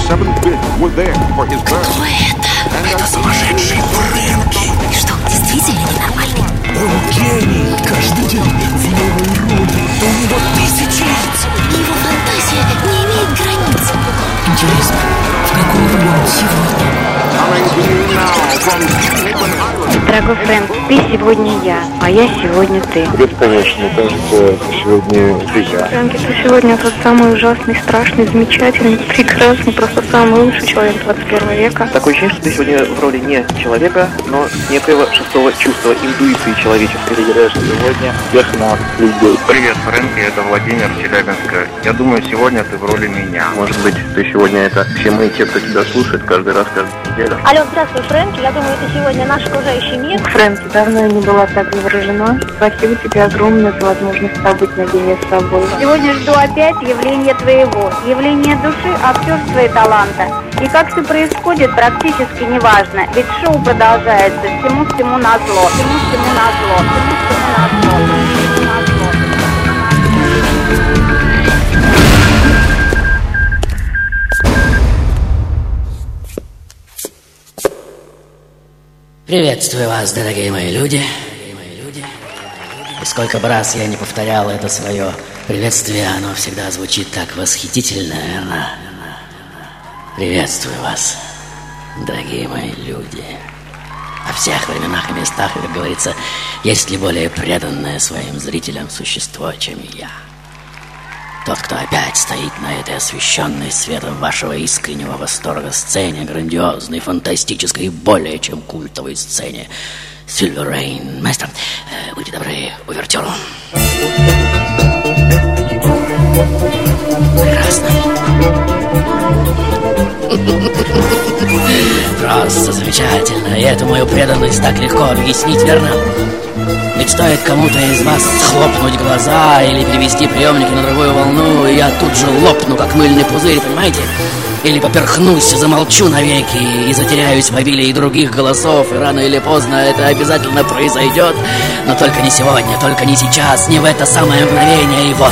seventh bid were there for his birth. Кто это? Это сумасшедший Фрэнки. Что, действительно ненормальный? Он гений. Каждый день в новой роли. У него 1000 лиц. Его фантазия не имеет границ. Интересно, в какой роли он сегодня? Дорогой Фрэнк, ты сегодня я, а я сегодня ты. Бесконечно, кажется, сегодня ты я. Фрэнки, ты сегодня тот самый ужасный, страшный, замечательный, прекрасный, просто самый лучший человек 21 века. Такое ощущение, что ты сегодня в роли не человека, но некоего шестого чувства, интуиции человеческой. Сегодня всех нас людей. Привет, Фрэнки, это Владимир, Челябинска. Я думаю, сегодня ты в роли меня. Может быть, ты сегодня это все мы, те, кто тебя слушает каждый раз, каждую неделю. Алло, здравствуй, Фрэнки. Я думаю, это сегодня наш окружающий мир. Фрэнки, давно я не была так заворожена. Спасибо тебе огромное за возможность побыть наедине с тобой. Сегодня жду опять явления твоего, явления души, актерства и таланта. И как все происходит, практически неважно, ведь шоу продолжается всему назло, всему назло, всему назло. Приветствую вас, дорогие мои люди. И сколько бы раз я не повторял это свое приветствие, оно всегда звучит так восхитительно, верно? Приветствую вас, дорогие мои люди. Во всех временах и местах, и, как говорится, есть ли более преданное своим зрителям существо, чем я? Тот, кто опять стоит на этой освещенной светом вашего искреннего восторга сцене, грандиозной, фантастической и более чем культовой сцене Silver Rain. Мастер, будьте добры, увертюру. Прекрасно. Просто замечательно. И эту мою преданность так легко объяснить, верно? Ведь стоит кому-то из вас схлопнуть глаза или перевести приемники на другую волну, и я тут же лопну, как мыльный пузырь, понимаете? Или поперхнусь, замолчу навеки и затеряюсь в обилии других голосов, и рано или поздно это обязательно произойдет. Но только не сегодня, только не сейчас, не в это самое мгновение. И вот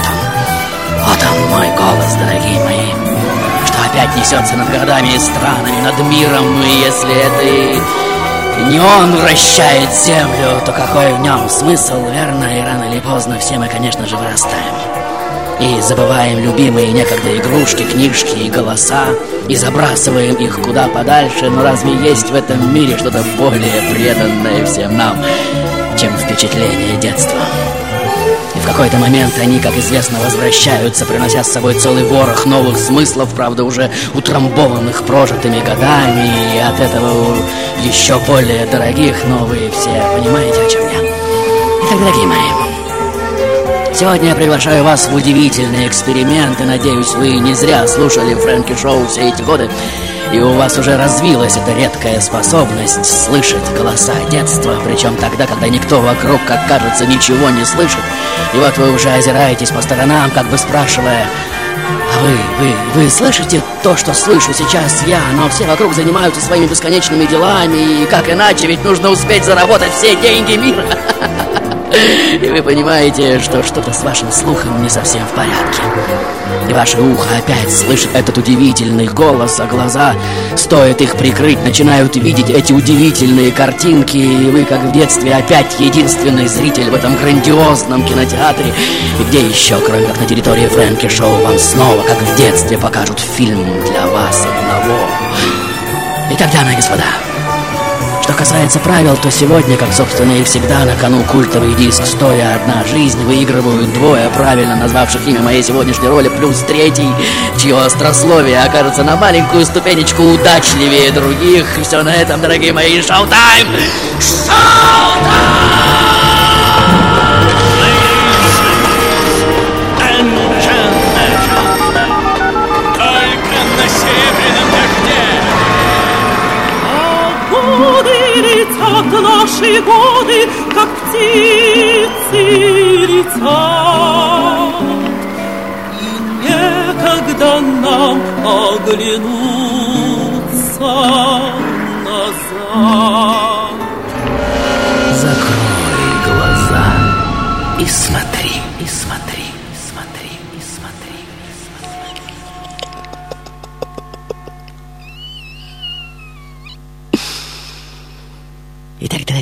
он мой голос, дорогие мои, что опять несется над городами и странами, над миром. И если это и не он вращает землю, то какой в нем смысл, верно? И рано или поздно все мы, конечно же, вырастаем и забываем любимые некогда игрушки, книжки и голоса, и забрасываем их куда подальше. Но разве есть в этом мире что-то более преданное всем нам, чем впечатление детства? И в какой-то момент они, как известно, возвращаются, принося с собой целый ворох новых смыслов, правда, уже утрамбованных прожитыми годами, и от этого еще более дорогих, но вы все понимаете, о чем я. Итак, дорогие мои, сегодня я приглашаю вас в удивительный эксперимент, и надеюсь, вы не зря слушали Фрэнки Шоу все эти годы, и у вас уже развилась эта редкая способность слышать голоса детства, причем тогда, когда никто вокруг, как кажется, ничего не слышит. И вот вы уже озираетесь по сторонам, как бы спрашивая: а вы слышите то, что слышу сейчас я? Но все вокруг занимаются своими бесконечными делами, и как иначе, ведь нужно успеть заработать все деньги мира. И вы понимаете, что что-то с вашим слухом не совсем в порядке. И ваше ухо опять слышит этот удивительный голос, а глаза, стоит их прикрыть, начинают видеть эти удивительные картинки. И вы, как в детстве, опять единственный зритель в этом грандиозном кинотеатре. И где еще, кроме как на территории Фрэнки Шоу, вам снова, как в детстве, покажут фильм для вас одного. Итак, дамы и господа, что касается правил, то сегодня, как, собственно, и всегда, на кону культовый диск «101 жизнь» выигрывают двое правильно назвавших имя моей сегодняшней роли, плюс третий, чье острословие окажется на маленькую ступенечку удачливее других. И все на этом, дорогие мои, шоу-тайм! Шоу-тайм! Наши годы, как птицы летят, и некогда нам оглянуться назад. Закрой глаза и смотри, и смотри, и смотри, и смотри, и смотри.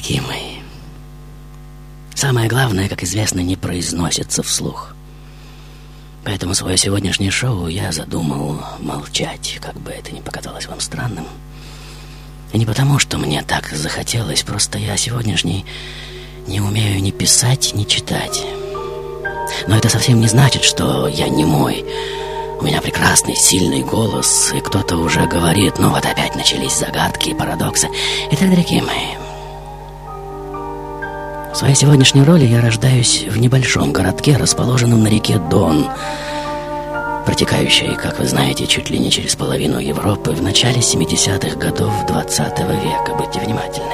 дорогие мои, самое главное, как известно, не произносится вслух. Поэтому свое сегодняшнее шоу я задумал молчать, как бы это ни показалось вам странным. И не потому, что мне так захотелось, просто я сегодняшний не умею ни писать, ни читать. Но это совсем не значит, что я немой. У меня прекрасный, сильный голос, и кто-то уже говорит, ну вот опять начались загадки и парадоксы. Итак, дорогие мои, в своей сегодняшней роли я рождаюсь в небольшом городке, расположенном на реке Дон, протекающей, как вы знаете, чуть ли не через половину Европы в начале 70-х годов 20 века. Будьте внимательны.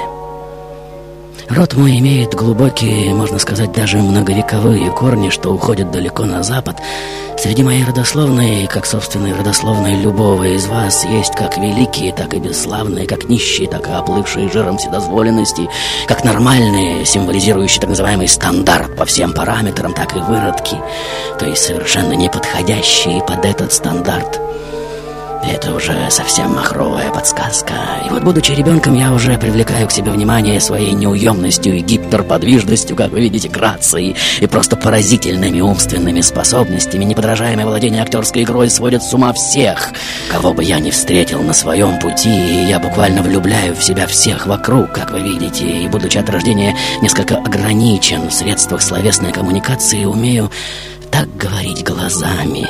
Род мой имеет глубокие, можно сказать, даже многовековые корни, что уходят далеко на запад. Среди моей родословной, как собственной родословной любого из вас, есть как великие, так и бесславные, как нищие, так и оплывшие жиром вседозволенности, как нормальные, символизирующие так называемый стандарт по всем параметрам, так и выродки, то есть совершенно не подходящие под этот стандарт. Это уже совсем махровая подсказка. И вот, будучи ребенком, я уже привлекаю к себе внимание своей неуемностью и гиперподвижностью, как вы видите, грацией и просто поразительными умственными способностями. Неподражаемое владение актерской игрой сводит с ума всех, кого бы я ни встретил на своем пути. И я буквально влюбляю в себя всех вокруг, как вы видите. И, будучи от рождения несколько ограничен в средствах словесной коммуникации, умею так говорить глазами.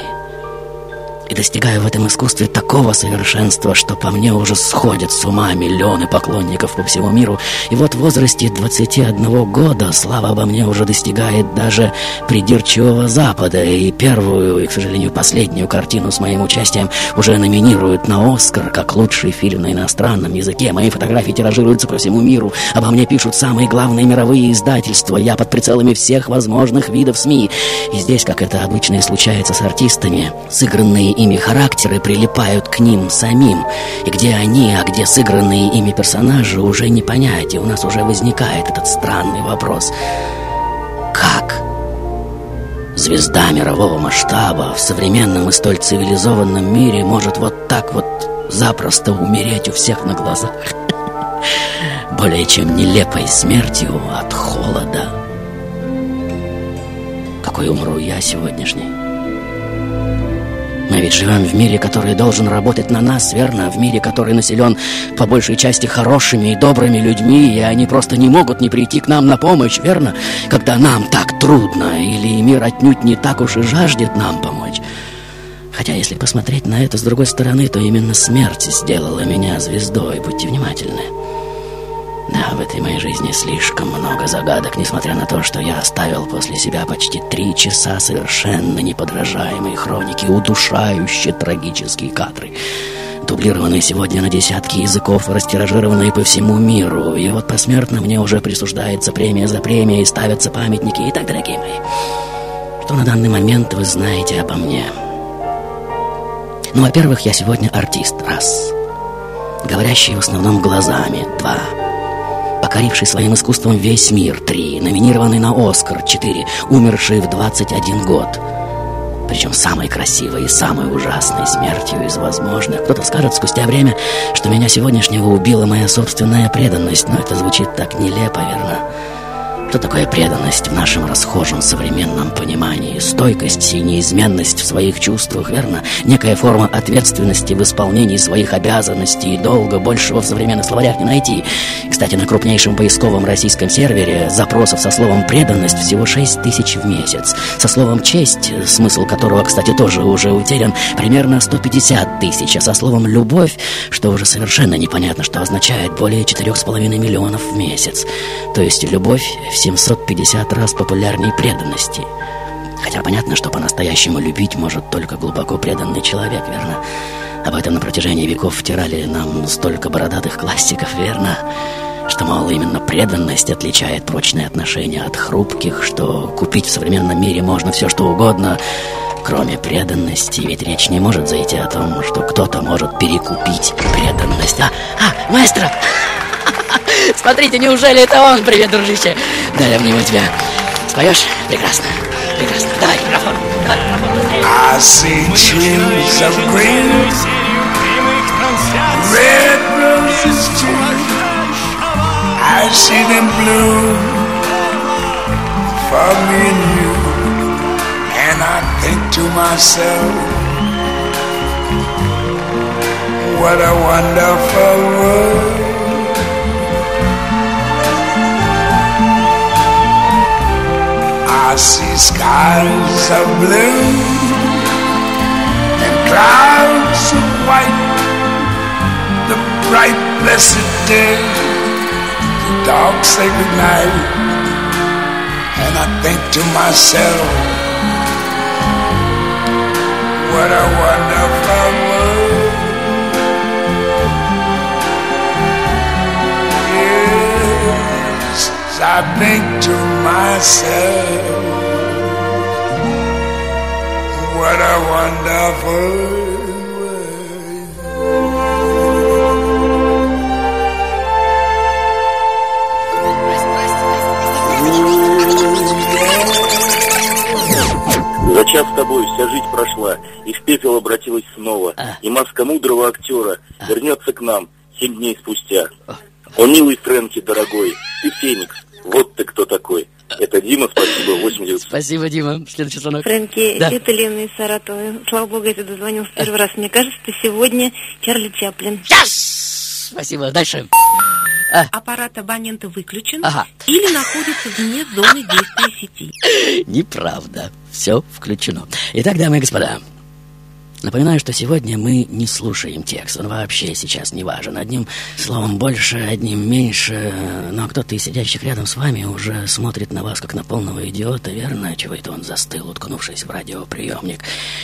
И достигаю в этом искусстве такого совершенства, что по мне уже сходят с ума миллионы поклонников по всему миру. И вот в возрасте 21 года слава обо мне уже достигает даже придирчивого Запада. И первую, и, к сожалению, последнюю картину с моим участием уже номинируют на «Оскар» как лучший фильм на иностранном языке. Мои фотографии тиражируются по всему миру. Обо мне пишут самые главные мировые издательства. Я под прицелами всех возможных видов СМИ. И здесь, как это обычно и случается с артистами, сыгранные ими характеры прилипают к ним самим. И где они, а где сыгранные ими персонажи, уже не понять. И у нас уже возникает этот странный вопрос. Как звезда мирового масштаба в современном и столь цивилизованном мире может вот так вот запросто умереть у всех на глазах? Более чем нелепой смертью от холода. Какой умру я сегодняшний? Мы ведь живем в мире, который должен работать на нас, верно? В мире, который населен по большей части хорошими и добрыми людьми, и они просто не могут не прийти к нам на помощь, верно? Когда нам так трудно, или мир отнюдь не так уж и жаждет нам помочь. Хотя, если посмотреть на это с другой стороны, то именно смерть сделала меня звездой. Будьте внимательны. Да, в этой моей жизни слишком много загадок, несмотря на то, что я оставил после себя почти 3 часа совершенно неподражаемой хроники, удушающие трагические кадры, дублированные сегодня на десятки языков, растиражированные по всему миру. И вот посмертно мне уже присуждается премия за премией, ставятся памятники. Итак, дорогие мои, что на данный момент вы знаете обо мне? Ну, во-первых, я сегодня артист, раз. Говорящий в основном глазами, 2. Покоривший своим искусством весь мир, 3. Номинированный на «Оскар», 4. Умерший в 21 год. Причем самой красивой и самой ужасной смертью из возможных. Кто-то скажет спустя время, что меня сегодняшнего убила моя собственная преданность. Но это звучит так нелепо, верно? Что такое преданность в нашем расхожем современном понимании? Стойкость и неизменность в своих чувствах, верно? Некая форма ответственности в исполнении своих обязанностей и долга. Большего в современных словарях не найти. Кстати, на крупнейшем поисковом российском сервере запросов со словом «преданность» всего 6 тысяч в месяц. Со словом «честь», смысл которого, кстати, тоже уже утерян, примерно 150 тысяч. А со словом «любовь», что уже совершенно непонятно, что означает, более 4,5 миллионов в месяц. То есть любовь в 750 раз популярнее преданности. Хотя понятно, что по-настоящему любить может только глубоко преданный человек, верно? Об этом на протяжении веков втирали нам столько бородатых классиков, верно? Что, мол, именно преданность отличает прочные отношения от хрупких, что купить в современном мире можно все, что угодно, кроме преданности. Ведь речь не может зайти о том, что кто-то может перекупить преданность. Маэстро! Смотрите, неужели это он? Привет, дружище. Дай обниму тебя. Споешь? Прекрасно. Прекрасно. Давай, микрофон. I see trees of green, red roses too. I I see them bloom for me and you, and I think to myself, what a wonderful world. I see skies of blue and clouds of white, the bright blessed day, the dark sacred night, and I think to myself, what a wonderful world. Yes, I think to myself, what a wonderful world. За час с тобой вся жизнь прошла, и в пепел обратилась снова, и маска мудрого актера вернется к нам 7 дней спустя. О, милый Фрэнки, дорогой, ты Феникс, вот ты кто такой. Это Дима, спасибо, 89. Спасибо, Дима. Следующий звонок. Фрэнки, да. Это Лена из Саратова. Слава богу, я тебе дозвонился в первый раз. Мне кажется, ты сегодня Чарли Чаплин. Yes! Спасибо. Дальше. Аппарат абонента выключен или находится вне зоны действия сети. Неправда. Все включено. Итак, дамы и господа, напоминаю, что сегодня мы не слушаем текст. Он вообще сейчас не важен. Одним словом больше, одним меньше. Но кто-то из сидящих рядом с вами уже смотрит на вас, как на полного идиота, верно? Чего это он застыл, уткнувшись в радиоприемник?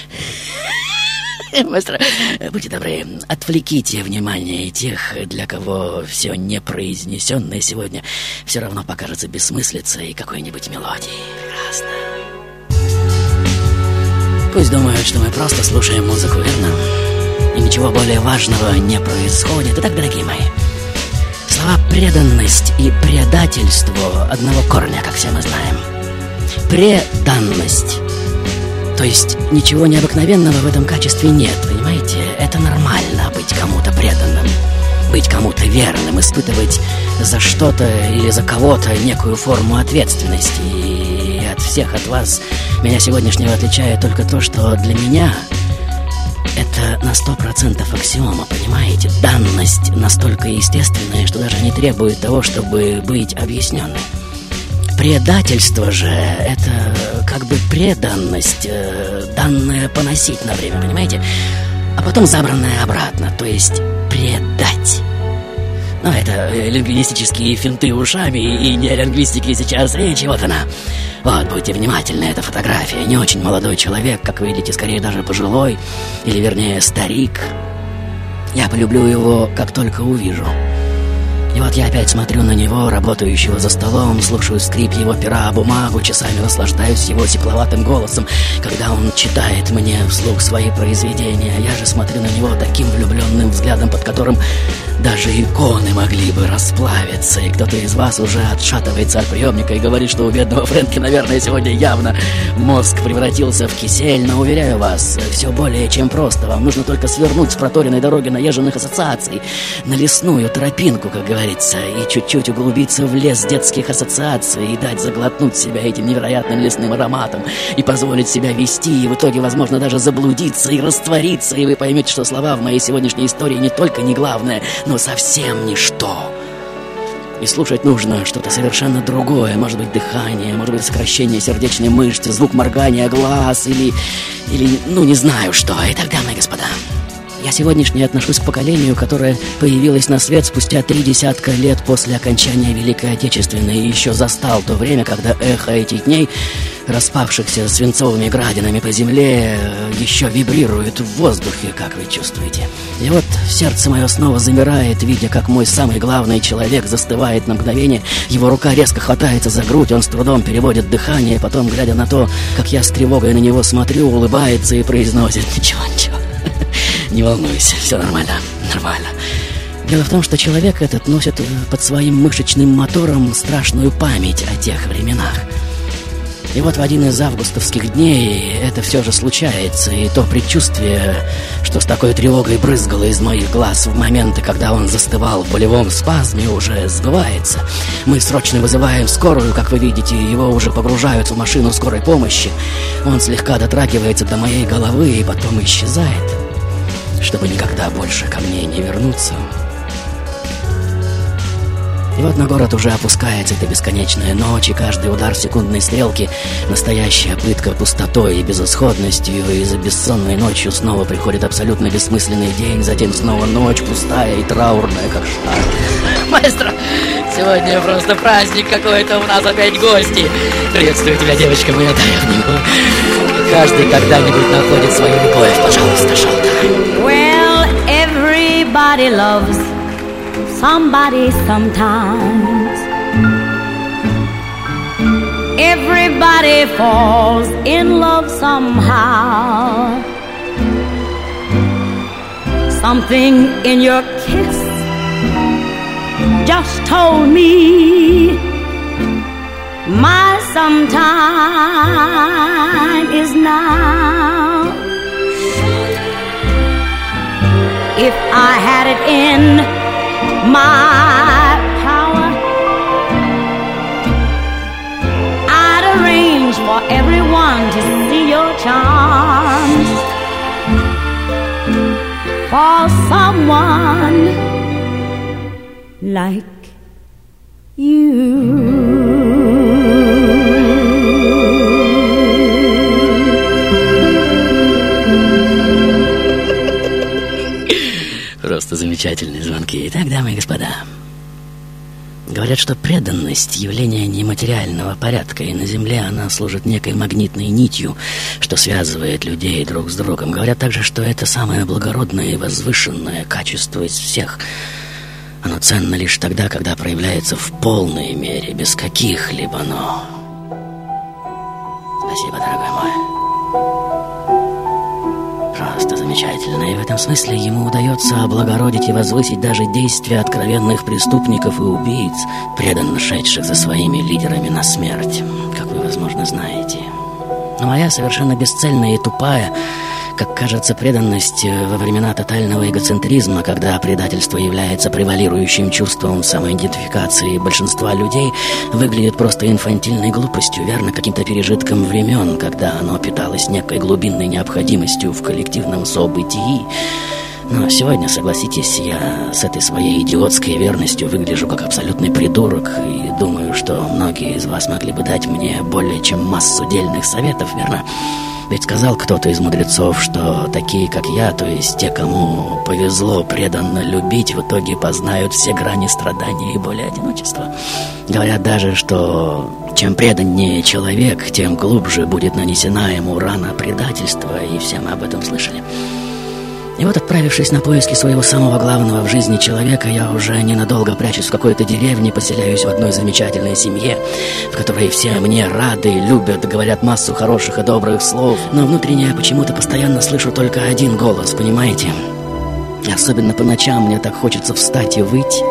Мастер, будьте добры, отвлеките внимание тех, для кого все непроизнесенное сегодня все равно покажется бессмыслицей какой-нибудь мелодии. Прекрасно. Пусть думают, что мы просто слушаем музыку, верно? И ничего более важного не происходит. Итак, дорогие мои, слова «преданность» и «предательство» одного корня, как все мы знаем. Преданность. То есть ничего необыкновенного в этом качестве нет, понимаете? Это нормально быть кому-то преданным, быть кому-то верным, испытывать за что-то или за кого-то некую форму ответственности. И от всех, от вас, меня сегодняшнего отличает только то, что для меня это на 100% аксиома, понимаете? Данность настолько естественная, что даже не требует того, чтобы быть объясненной. Предательство же — это как бы преданность, данная поносить на время, понимаете? А потом забранная обратно, то есть предать. Но это лингвистические финты ушами и не лингвистики сейчас речи, вот она. Вот, будьте внимательны, это фотография. Не очень молодой человек, как вы видите, скорее даже пожилой, или вернее старик. Я полюблю его, как только увижу. И вот я опять смотрю на него, работающего за столом, слушаю скрип его пера о бумагу, часами наслаждаюсь его тепловатым голосом, когда он читает мне вслух свои произведения. Я же смотрю на него таким влюбленным взглядом, под которым даже иконы могли бы расплавиться. И кто-то из вас уже отшатывается от приемника и говорит, что у бедного Фрэнки, наверное, сегодня явно мозг превратился в кисель. Но уверяю вас, все более чем просто. Вам нужно только свернуть с проторенной дороги наезженных ассоциаций на лесную тропинку, как говорится, и чуть-чуть углубиться в лес детских ассоциаций и дать заглотнуть себя этим невероятным лесным ароматом и позволить себя вести, и в итоге, возможно, даже заблудиться и раствориться, и вы поймете, что слова в моей сегодняшней истории не только не главное, но совсем ничто. И слушать нужно что-то совершенно другое. Может быть, дыхание, может быть, сокращение сердечной мышцы, звук моргания глаз или ну, не знаю что. Итак, дамы и господа, я сегодняшний отношусь к поколению, которое появилось на свет спустя 30 лет после окончания Великой Отечественной и еще застал то время, когда эхо этих дней, распавшихся свинцовыми градинами по земле, еще вибрирует в воздухе, как вы чувствуете. И вот сердце мое снова замирает, видя, как мой самый главный человек застывает на мгновение, его рука резко хватается за грудь, он с трудом переводит дыхание, потом, глядя на то, как я с тревогой на него смотрю, улыбается и произносит: «Ничего, ничего. Не волнуйся, все нормально, нормально». Дело в том, что человек этот носит под своим мышечным мотором страшную память о тех временах. И вот в один из августовских дней это все же случается, и то предчувствие, что с такой тревогой брызгало из моих глаз в моменты, когда он застывал в болевом спазме, уже сбывается. Мы срочно вызываем скорую, как вы видите, его уже погружают в машину скорой помощи. Он слегка дотрагивается до моей головы и потом исчезает, чтобы никогда больше ко мне не вернуться. И вот на город уже опускается эта бесконечная ночь, и каждый удар секундной стрелки — настоящая пытка пустотой и безысходностью, и за бессонной ночью снова приходит абсолютно бессмысленный день, затем снова ночь пустая и траурная, как шар. Маэстро, сегодня просто праздник какой-то, у нас опять гости. Приветствую тебя, девочка моя, дай. Каждый когда-нибудь находит свою любовь, пожалуйста, Шалта. Well, everybody loves somebody sometimes. Everybody falls in love somehow. Something in your kiss just told me my sometime is now. If I had it in my power, I'd arrange for everyone to see your charms, for someone like you. Просто замечательные звонки. Итак, дамы и господа, говорят, что преданность — явление нематериального порядка, и на Земле она служит некой магнитной нитью, что связывает людей друг с другом. Говорят также, что это самое благородное и возвышенное качество из всех. Оно ценно лишь тогда, когда проявляется в полной мере, без каких-либо «но». Спасибо, дорогой мой. Просто замечательно, и в этом смысле ему удается облагородить и возвысить даже действия откровенных преступников и убийц, преданно шедших за своими лидерами на смерть, как вы, возможно, знаете. Но моя совершенно бесцельная и тупая, как кажется, преданность во времена тотального эгоцентризма, когда предательство является превалирующим чувством самоидентификации большинства людей, выглядит просто инфантильной глупостью, верно, каким-то пережитком времен, когда оно питалось некой глубинной необходимостью в коллективном событии. Но сегодня, согласитесь, я с этой своей идиотской верностью выгляжу как абсолютный придурок, и думаю, что многие из вас могли бы дать мне более чем массу дельных советов, верно? Ведь сказал кто-то из мудрецов, что такие, как я, то есть те, кому повезло преданно любить, в итоге познают все грани страдания и боли одиночества. Говорят даже, что чем преданнее человек, тем глубже будет нанесена ему рана предательства, и все мы об этом слышали. И вот, отправившись на поиски своего самого главного в жизни человека, я уже ненадолго прячусь в какой-то деревне, поселяюсь в одной замечательной семье, в которой все мне рады, любят, говорят массу хороших и добрых слов. Но внутренне я почему-то постоянно слышу только один голос, понимаете? И особенно по ночам мне так хочется встать и выйти.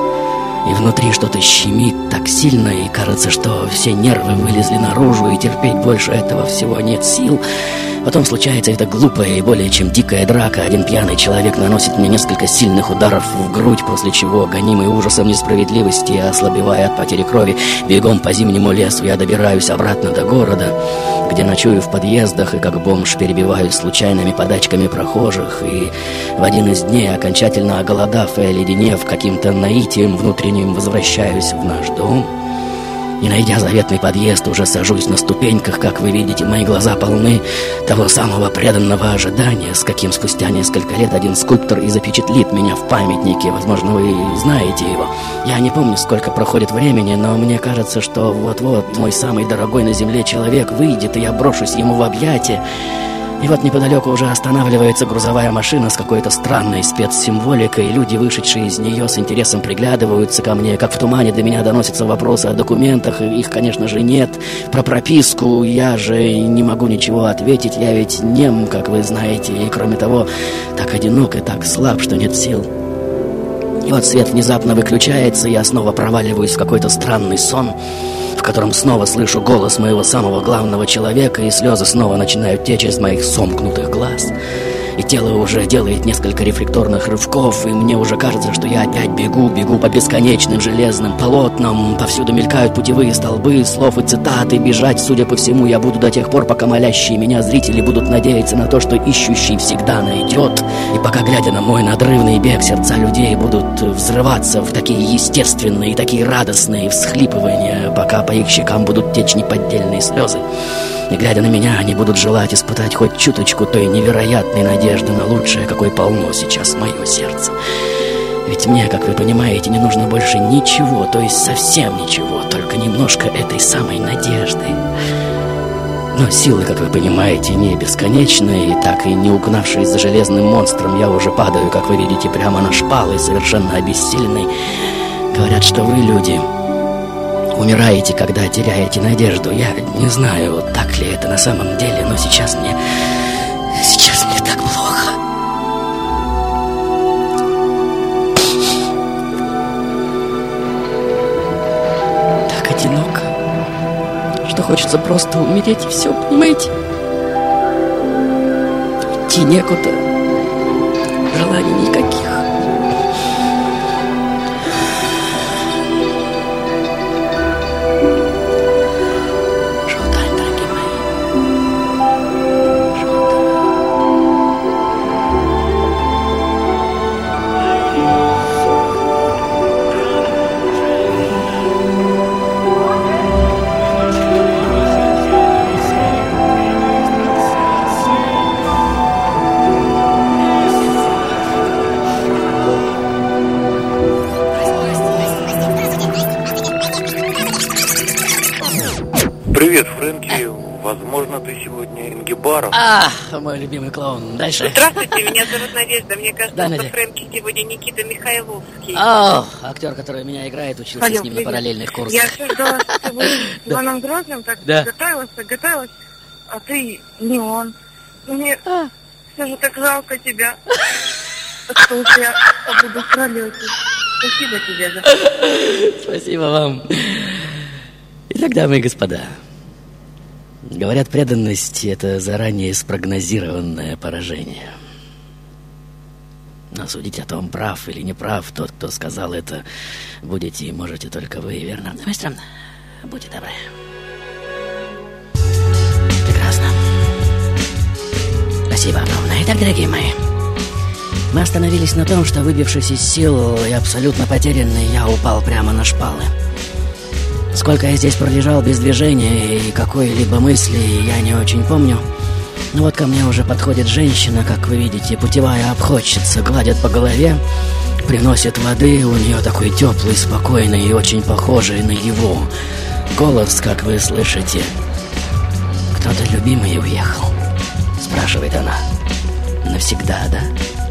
И внутри что-то щемит так сильно, и кажется, что все нервы вылезли наружу, и терпеть больше этого всего нет сил. Потом случается эта глупая и более чем дикая драка. Один пьяный человек наносит мне несколько сильных ударов в грудь, после чего, гонимый ужасом несправедливости и ослабевая от потери крови, бегом по зимнему лесу я добираюсь обратно до города, где ночую в подъездах и как бомж перебиваюсь случайными подачками прохожих. И в один из дней, окончательно оголодав и оледенев каким-то наитием внутренним, возвращаюсь в наш дом. И, найдя заветный подъезд, уже сажусь на ступеньках. Как вы видите, мои глаза полны того самого преданного ожидания, с каким спустя несколько лет один скульптор и запечатлит меня в памятнике. Возможно, вы знаете его. Я не помню, сколько проходит времени, но мне кажется, что вот-вот мой самый дорогой на земле человек выйдет, и я брошусь ему в объятия. И вот неподалеку уже останавливается грузовая машина с какой-то странной спецсимволикой, и люди, вышедшие из нее, с интересом приглядываются ко мне. Как в тумане до меня доносятся вопросы о документах, и их, конечно же, нет. Про прописку я же не могу ничего ответить, я ведь нем, как вы знаете, и, кроме того, так одинок и так слаб, что нет сил. И вот свет внезапно выключается, и я снова проваливаюсь в какой-то странный сон, в котором снова слышу голос моего самого главного человека, и слезы снова начинают течь из моих сомкнутых глаз. И тело уже делает несколько рефлекторных рывков, и мне уже кажется, что я опять бегу по бесконечным железным полотнам. Повсюду мелькают путевые столбы, слов и цитат, и бежать, судя по всему, я буду до тех пор, пока молящие меня зрители будут надеяться на то, что ищущий всегда найдет. И пока, глядя на мой надрывный бег, сердца людей будут взрываться в такие естественные, такие радостные всхлипывания, пока по их щекам будут течь неподдельные слезы. И, глядя на меня, они будут желать испытать хоть чуточку той невероятной надежды на лучшее, какой полно сейчас мое сердце. Ведь мне, как вы понимаете, не нужно больше ничего, то есть совсем ничего, только немножко этой самой надежды. Но силы, как вы понимаете, не бесконечные, и так и не угнавшись за железным монстром, я уже падаю, как вы видите, прямо на шпалы, совершенно обессиленный. Говорят, что вы, люди, умираете, когда теряете надежду. Я не знаю, так ли это на самом деле, но сейчас мне так плохо. Так одиноко, что хочется просто умереть, и все, понимаете? Идти некуда, желаний никаких. Привет, Фрэнки. Возможно, ты сегодня Ингебаров. Мой любимый клоун. Дальше. Здравствуйте, меня зовут Надежда. Мне кажется, Да, что Надя. Фрэнки сегодня Никита Михайловский. Актер, который меня играет, учился Алло, с ним на привет. параллельных курсах. Я обсуждала с тобой с Иваном Грозным, так Да. готовилась, а ты не он. Мне все же так жалко тебя. Что у тебя буду в пролете. Спасибо тебе за... Спасибо вам. Итак, дамы и господа, говорят, преданность — это заранее спрогнозированное поражение. Но судить о том, прав или не прав тот, кто сказал это, будете и можете только вы, верно? Мастер, будьте добры. Прекрасно. Спасибо огромное. Итак, дорогие мои, мы остановились на том, что, выбившись из сил и абсолютно потерянный, я упал прямо на шпалы. Сколько я здесь пролежал без движения и какой-либо мысли, я не очень помню. Но вот ко мне уже подходит женщина, как вы видите, путевая обходчица, гладит по голове, приносит воды, у нее такой теплый, спокойный и очень похожий на его голос, как вы слышите. «Кто-то любимый уехал?» — спрашивает она. «Навсегда, да?»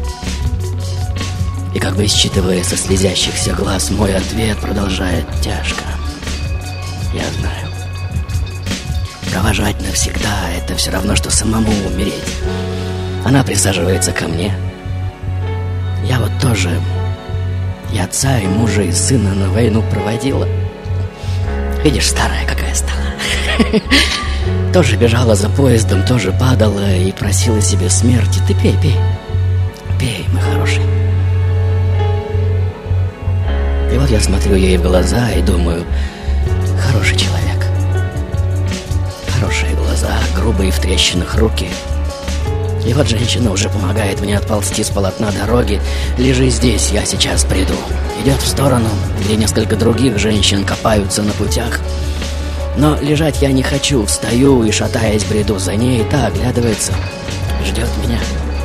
И как бы считывая со слезящихся глаз, мой ответ продолжает тяжко. Я знаю. Провожать навсегда — это все равно, что самому умереть. Она присаживается ко мне. Я вот тоже и отца, и мужа, и сына на войну проводила. Видишь, старая какая стала. Тоже бежала за поездом, тоже падала и просила себе смерти. Ты пей, пей. Пей, мой хороший. И вот я смотрю ей в глаза и думаю... Хороший человек. Хорошие глаза, грубые в трещинах руки. И вот женщина уже помогает мне отползти с полотна дороги. «Лежи здесь, я сейчас приду». Идет в сторону, где несколько других женщин копаются на путях. Но лежать я не хочу, встаю и, шатаясь, бреду за ней. Та оглядывается, ждет меня.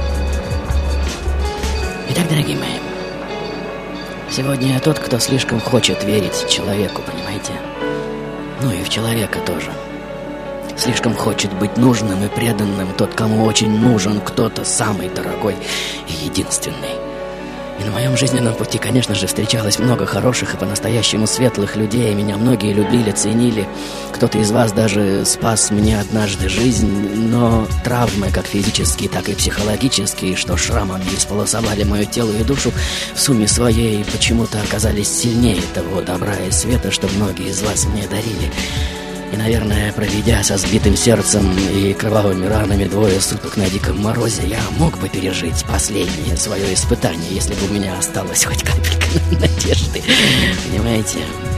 Итак, дорогие мои, сегодня я тот, кто слишком хочет верить человеку, понимаете? Ну и в человека тоже. Слишком хочет быть нужным и преданным, тот, кому очень нужен кто-то самый дорогой и единственный. И на моем жизненном пути, конечно же, встречалось много хороших и по-настоящему светлых людей. Меня многие любили, ценили. Кто-то из вас даже спас мне однажды жизнь. Но травмы, как физические, так и психологические, что шрамами исполосовали мое тело и душу, в сумме своей почему-то оказались сильнее того добра и света, что многие из вас мне дарили. И, наверное, проведя со сбитым сердцем и кровавыми ранами 2 суток на диком морозе, я мог бы пережить последнее свое испытание, если бы у меня осталась хоть капелька надежды. Понимаете?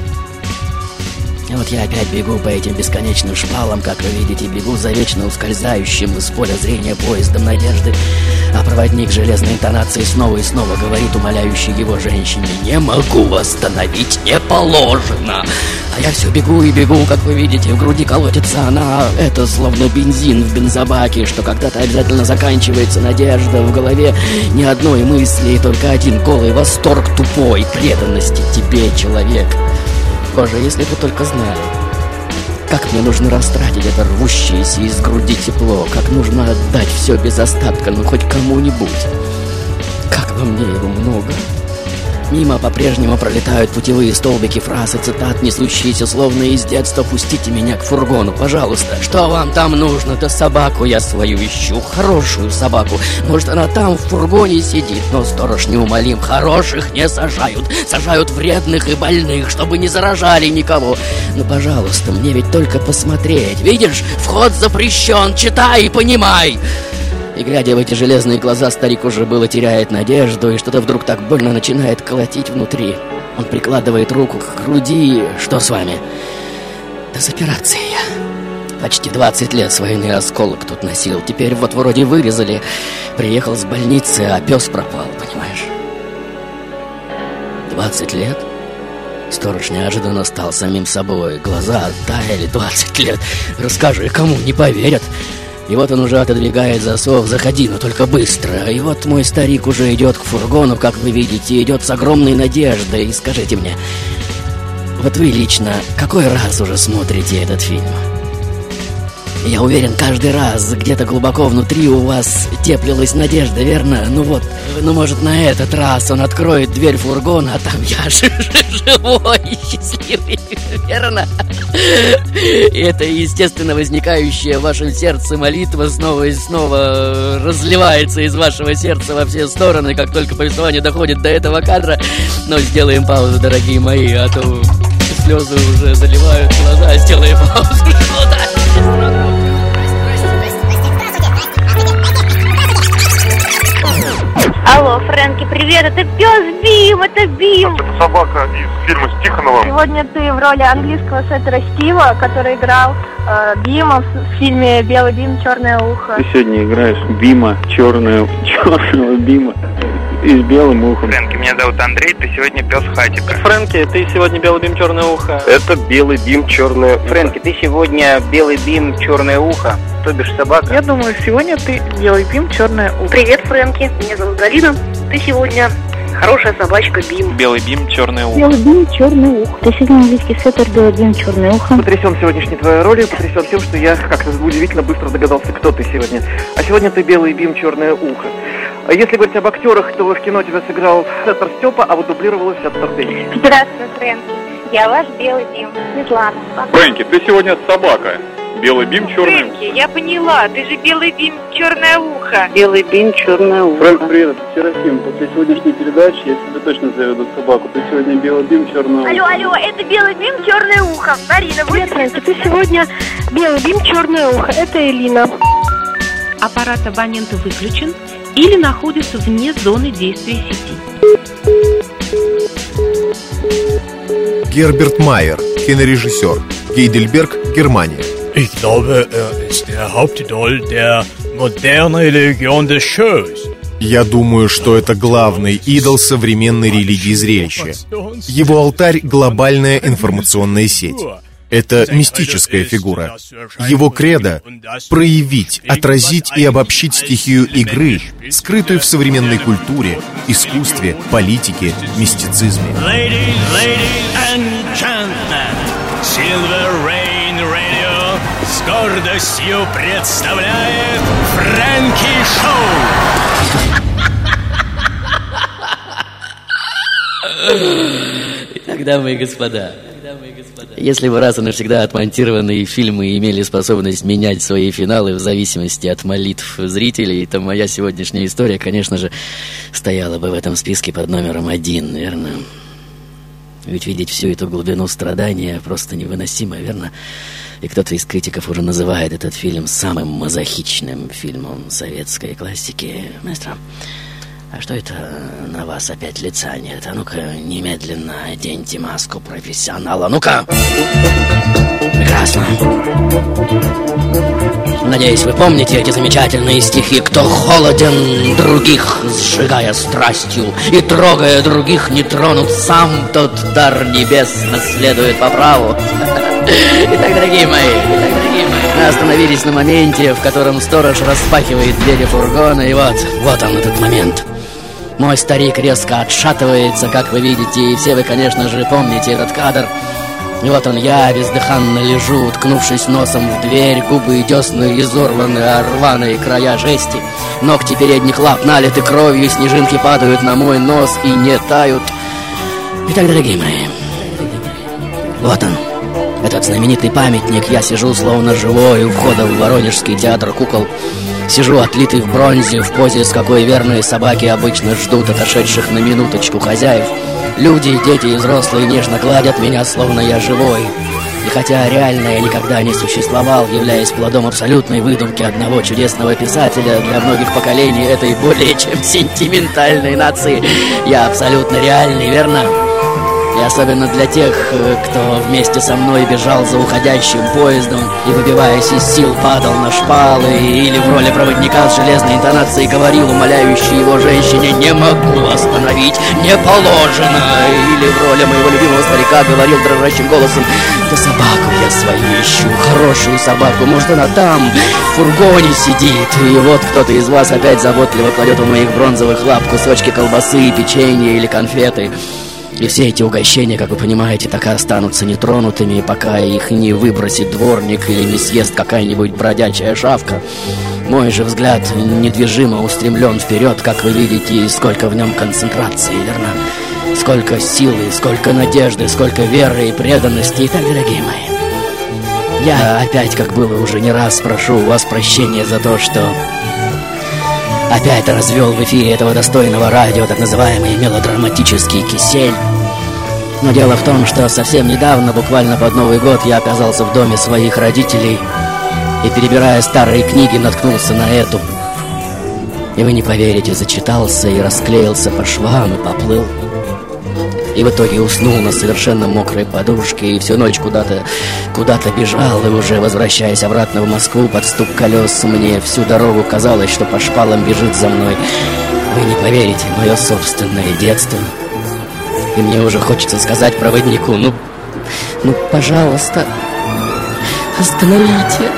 И вот я опять бегу по этим бесконечным шпалам, как вы видите, бегу за вечно ускользающим из поля зрения поездом надежды. А проводник железной интонацией снова и снова говорит умоляющей его женщине: «Не могу остановить, не положено!» А я все бегу и бегу, как вы видите, в груди колотится она. Это словно бензин в бензобаке, что когда-то обязательно заканчивается надежда. В голове ни одной мысли, только один голый восторг тупой преданности тебе, человек. Боже, если бы только знали, как мне нужно растратить это рвущееся из груди тепло, как нужно отдать все без остатка, ну хоть кому-нибудь. Как во мне его много. Мимо по-прежнему пролетают путевые столбики фраз и цитат, несущиеся словно из детства: «Пустите меня к фургону, пожалуйста». Что вам там нужно? Да собаку я свою ищу, хорошую собаку. Может, она там в фургоне сидит, но сторож неумолим: хороших не сажают, сажают вредных и больных, чтобы не заражали никого. Ну, пожалуйста, мне ведь только посмотреть. Видишь, вход запрещен, читай и понимай. И, глядя в эти железные глаза, старик уже было теряет надежду, и что-то вдруг так больно начинает колотить внутри. Он прикладывает руку к груди. Что с вами? Да с операцией я. Почти 20 лет с войны осколок тут носил. Теперь вот вроде вырезали. Приехал с больницы, а пес пропал, понимаешь? 20 лет? Сторож неожиданно стал самим собой. Глаза оттаяли. 20 лет. Расскажи, кому не поверят. И вот он уже отодвигает засов. Заходи, но только быстро. И вот мой старик уже идет к фургону, как вы видите, идет с огромной надеждой. И скажите мне, вот вы лично какой раз уже смотрите этот фильм? Я уверен, каждый раз где-то глубоко внутри у вас теплилась надежда, верно? Ну вот, ну может на этот раз он откроет дверь фургона, а там я живой и счастливый, верно? И это естественно возникающая в вашем сердце молитва снова и снова разливается из вашего сердца во все стороны, как только повествование доходит до этого кадра. Но сделаем паузу, дорогие мои, а то слезы уже заливают глаза. Сделаем паузу. Алло, Фрэнки, привет, это пес Бим, это Бим. Это собака из фильма с Тихоновым. Сегодня ты в роли английского сеттера Стива, который играл Бима в фильме «Белый Бим, черное ухо». Ты сегодня играешь Бима, черного Бима и с белым ухом. Фрэнки, меня зовут Андрей, ты сегодня пес Хатика. Фрэнки, ты сегодня белый бим, черное ухо. Это белый Бим, черное ухо. Фрэнки, ты сегодня белый Бим, черное ухо, то бишь собака. Я думаю, сегодня ты белый Бим, черное ухо. Привет, Фрэнки, меня зовут Галина. Ты сегодня хорошая собачка Бим. Белый Бим, черное ухо. Белый Бим, черное ухо. Ты сегодня английский сеттер «Белый Бим, черное ухо». Потрясен сегодняшней твоей ролью, потрясен тем, что я как-то удивительно быстро догадался, кто ты сегодня. А сегодня ты белый Бим, черное ухо. А если говорить об актерах, то в кино тебя сыграл Сеттер Степа, а вот дублировала Сеттер Дэнни. Здравствуй, Фрэнки. Я ваш белый Бим, Светлана. Фрэнки, ты сегодня собака. Белый Бим, черное ухо. Фрэнки, я поняла, ты же белый Бим, черное ухо. Белый Бим, черное ухо. Фрэнк, привет, это Серафим. После сегодняшней передачи я тебе точно заведу собаку. Ты сегодня белый Бим, черное ухо. Алло, это белый Бим, черное ухо. Марина, Привет, Фрэнки, ты сегодня белый Бим, черное ухо. Это Элина. Аппарат абонента выключен или находится вне зоны действия сети. Герберт Майер, кинорежиссер, Гейдельберг, Германия. Ich glaube, ist der Hauptidol der modernen Religion des Shows. Я думаю, что это главный идол современной религии зрелища. Его алтарь — глобальная информационная сеть. Это мистическая фигура. Его кредо — проявить, отразить и обобщить стихию игры, скрытую в современной культуре, искусстве, политике, мистицизме. С гордостью представляет Фрэнки Шоу. Итак, дамы и господа, если бы раз и навсегда отмонтированные фильмы имели способность менять свои финалы в зависимости от молитв зрителей, то моя сегодняшняя история, конечно же, стояла бы в этом списке под номером 1, верно? Ведь видеть всю эту глубину страдания просто невыносимо, верно? И кто-то из критиков уже называет этот фильм самым мазохичным фильмом советской классики. Маэстро, а что это на вас опять лица нет? А ну-ка, немедленно оденьте маску профессионала. Ну-ка! Прекрасно. Надеюсь, вы помните эти замечательные стихи. Кто холоден других, сжигая страстью, и трогая других не тронут сам, тот дар небес наследует по праву. Итак, дорогие мои, мы остановились на моменте, в котором сторож распахивает двери фургона, и вот он, этот момент. Мой старик резко отшатывается, как вы видите, и все вы, конечно же, помните этот кадр. И вот он, я бездыханно лежу, уткнувшись носом в дверь, губы и десны изорваны, а рваные края жести. Ногти передних лап налиты кровью, снежинки падают на мой нос и не тают. Итак, дорогие мои, вот он, этот знаменитый памятник. Я сижу словно живой у входа в Воронежский театр кукол. Сижу, отлитый в бронзе, в позе, с какой верные собаки обычно ждут отошедших на минуточку хозяев. Люди, дети и взрослые нежно гладят меня, словно я живой. И хотя реально я никогда не существовал, являясь плодом абсолютной выдумки одного чудесного писателя, для многих поколений этой более чем сентиментальной нации, я абсолютно реальный, верно? И особенно для тех, кто вместе со мной бежал за уходящим поездом и, выбиваясь из сил, падал на шпалы, или в роли проводника с железной интонацией говорил умоляющей его женщине: «Не могу остановить, не положено!» Или в роли моего любимого старика говорил дрожащим голосом: «Да собаку я свою ищу, хорошую собаку, может, она там, в фургоне сидит». И вот кто-то из вас опять заботливо кладет в моих бронзовых лап кусочки колбасы, печенья или конфеты. И все эти угощения, как вы понимаете, так и останутся нетронутыми, пока их не выбросит дворник или не съест какая-нибудь бродячая шавка. Мой же взгляд недвижимо устремлен вперед, как вы видите, и сколько в нем концентрации, верно? Сколько силы, сколько надежды, сколько веры и преданности. Итак, дорогие мои, я опять, как было уже не раз, прошу у вас прощения за то, что опять развел в эфире этого достойного радио так называемый мелодраматический кисель. Но дело в том, что совсем недавно, буквально под Новый год, я оказался в доме своих родителей и, перебирая старые книги, наткнулся на эту. И вы не поверите, зачитался и расклеился по швам и поплыл. И в итоге уснул на совершенно мокрой подушке и всю ночь куда-то бежал. И уже возвращаясь обратно в Москву под стук колес, мне всю дорогу казалось, что по шпалам бежит за мной, вы не поверите, мое собственное детство. И мне уже хочется сказать проводнику: ну, пожалуйста, остановите.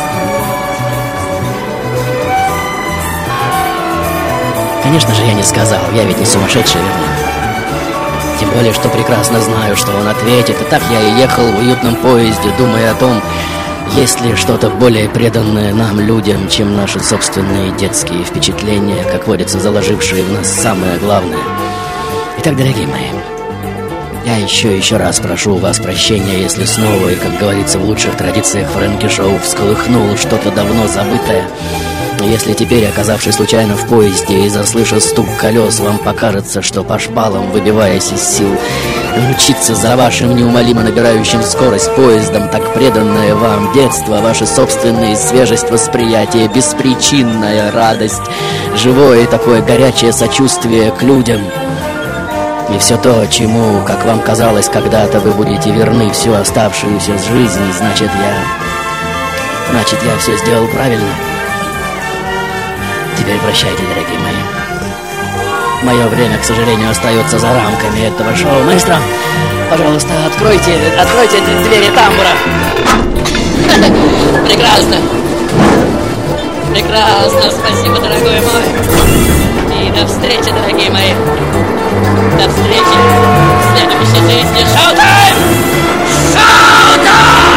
Конечно же, я не сказал, я ведь не сумасшедший, верно? Тем более, что прекрасно знаю, что он ответит. И так я и ехал в уютном поезде, думая о том, есть ли что-то более преданное нам, людям, чем наши собственные детские впечатления, как водится, заложившие в нас самое главное. Итак, дорогие мои, я еще раз прошу у вас прощения, если снова, и, как говорится в лучших традициях Фрэнки Шоу, всколыхнул что-то давно забытое. Если теперь, оказавшись случайно в поезде и заслышав стук колес, вам покажется, что по шпалам, выбиваясь из сил, мчится за вашим неумолимо набирающим скорость поездом так преданное вам детство, ваша собственная свежесть восприятия, беспричинная радость, живое такое горячее сочувствие к людям, и все то, чему, как вам казалось, когда-то вы будете верны всю оставшуюся жизнь, значит, я все сделал правильно. Теперь прощайте, дорогие мои. Мое время, к сожалению, остается за рамками этого шоу. Маэстро, пожалуйста, откройте двери тамбура. Прекрасно. Прекрасно, спасибо, дорогой мой. И до встречи, дорогие мои. До встречи в следующей жизни. Шоу-тайм! Шоу-тайм!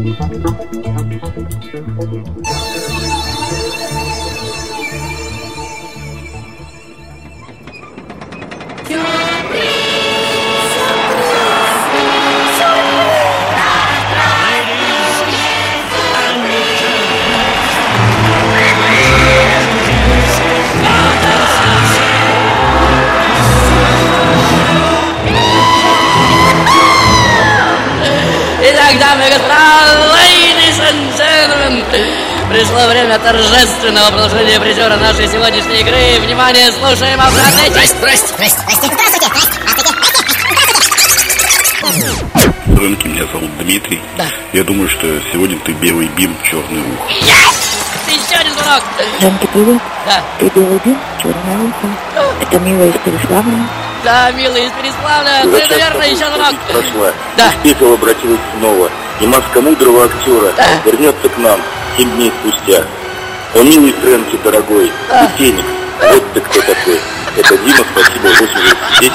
Итак, дамы и господа, ladies and gentlemen, пришло время торжественного продолжения призера нашей сегодняшней игры. Внимание, слушаем обратный. Здрасте. Фрэнки, меня зовут Дмитрий. Да. Я думаю, что сегодня ты белый бим, черное ухо. Еще один звонок. Фрэнки, привет. Да. Ты белый бим, черное ухо. Это Мила из Переславля. Да, милый из Переславля. Ты, наверное, еще звонок. Прошла. Да. И пепел обратилась снова. И маска мудрого актера вернется к нам 7 дней спустя. О, милый Фрэнки, дорогой, ты Феникс. Вот ты кто такой. Это Дима, спасибо, 8010.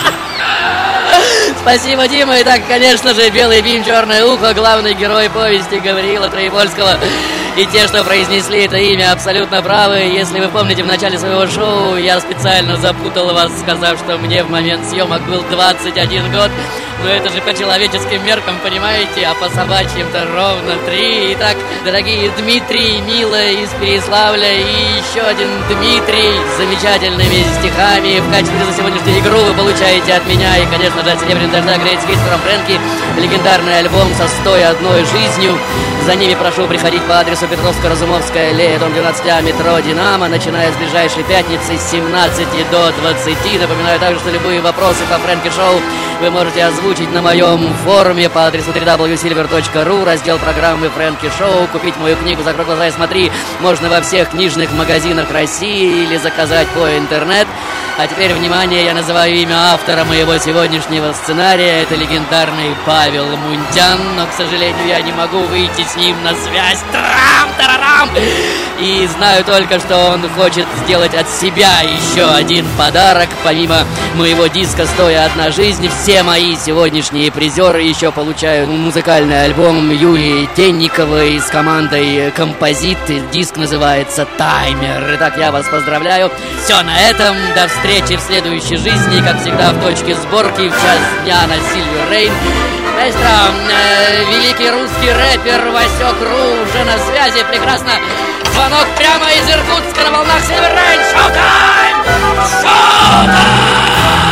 Спасибо, Дима. Итак, конечно же, белый бим, черное ухо, главный герой повести Гавриила Троепольского. И те, что произнесли это имя, абсолютно правы. Если вы помните, в начале своего шоу я специально запутал вас, сказав, что мне в момент съемок был 21 год. Но это же по человеческим меркам, понимаете, а по собачьим-то ровно 3. Итак, дорогие Дмитрий, Мила из Переславля и еще один Дмитрий с замечательными стихами. В качестве за сегодняшнюю игру вы получаете от меня и, конечно же, от Серебряного дождя Great Hits from Фрэнки легендарный альбом со 101 жизнью. За ними прошу приходить по адресу Петровско-Разумовская аллея, дом 12А, метро «Динамо», начиная с ближайшей пятницы с 17 до 20. Напоминаю также, что любые вопросы по Фрэнки Шоу вы можете озвучить на моем форуме по адресу www.silver.ru, раздел программы Фрэнки Шоу. Купить мою книгу «Закрой глаза и смотри» можно во всех книжных магазинах России или заказать по интернет. А теперь, внимание, я называю имя автора моего сегодняшнего сценария. Это легендарный Павел Мунтян, но, к сожалению, я не могу выйти с ним на связь. Трам-тарарам! И знаю только, что он хочет сделать от себя еще один подарок. Помимо моего диска «101 жизнь», все мои сегодняшние призеры еще получают музыкальный альбом Юлии Тенниковой с командой «Композит». Диск называется «Таймер». Итак, я вас поздравляю. Все на этом. До встречи в следующей жизни. Как всегда, в точке сборки в час дня на Silver Rain. Маэстро, великий русский рэпер Васек Ру уже на связи. Прекрасно. Звонок прямо из Иркутска на волнах Silver Rain. Шоу-тайм! Шоу-тайм!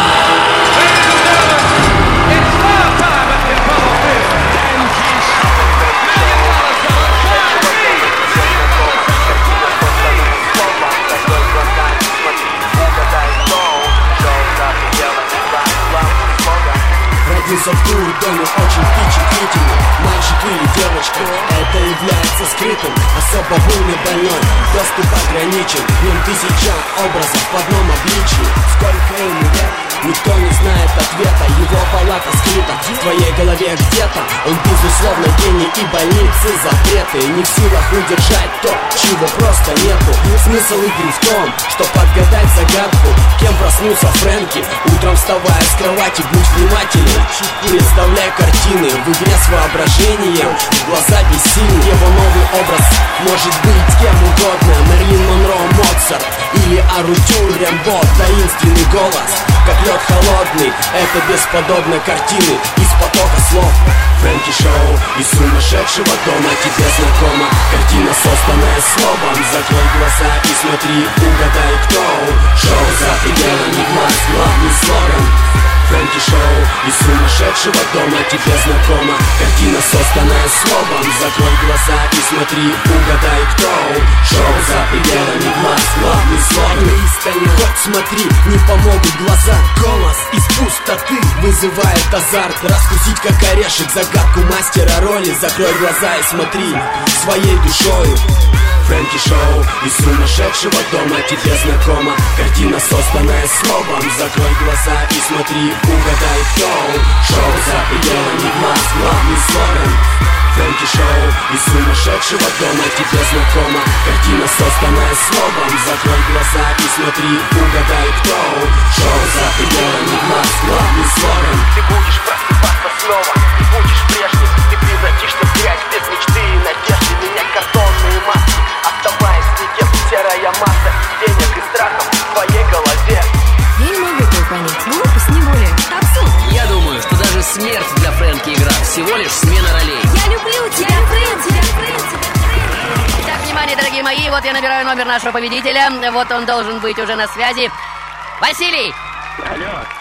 Родился в туре, доме очень впечатлительный. Мальчик или девочка, это является скрытым. Особо умный, больной, доступ ограничен. В нем тысяча образов в одном обличии. Сколько ему лет, никто не знает ответа. Его палата скрыта в твоей голове где-то. Он безусловно гений и больницы запреты. Не в силах удержать то, чего просто нету. Смысл игры в том, что подгадать загадку. Кем проснулся Фрэнки, утром вставая с кровати, будь внимателен. Представляй картины в игре с воображением. Глаза бессильны, его новый образ может быть кем угодно. Мерлин Монро, Моцарт или Арутюр Рембо. Таинственный голос, как лед холодный. Это бесподобно картины из потока слов. Фрэнки Шоу из сумасшедшего дома тебе знакома. Картина, созданная словом. Закрой глаза и смотри, угадай кто. Шоу за пределами глаз, главный слоган. Фрэнки Шоу из сумасшедшего дома тебе знакома. Картина, созданная словом. Закрой глаза и смотри, угадай кто. Шоу за пределами глаз, главный слоган. Пристально, хоть смотри, не помогут глаза. Голос из пустоты вызывает азарт. Раскусить как орешек загадку мастера роли. Закрой глаза и смотри своей душою. Фрэнки Шоу из сумасшедшего дома тебе знакома. Картина, созданная словом. Закрой глаза и смотри, угадай кто. Шоу за пределами глаз, главный слоган. Фрэнки Шоу из сумасшедшего дома тебе знакома. Картина, созданная словом. Закрой глаза и смотри, угадай кто. Шоу за пределами глаз, главный слоган. Ты будешь просыпаться снова, ты будешь прежним. Ты превратишься в грязь без мечты и всего лишь смена ролей. Я люблю тебя, Фрэнси. Так, внимание, дорогие мои, вот я набираю номер нашего победителя. Вот он должен быть уже на связи. Василий! Алло.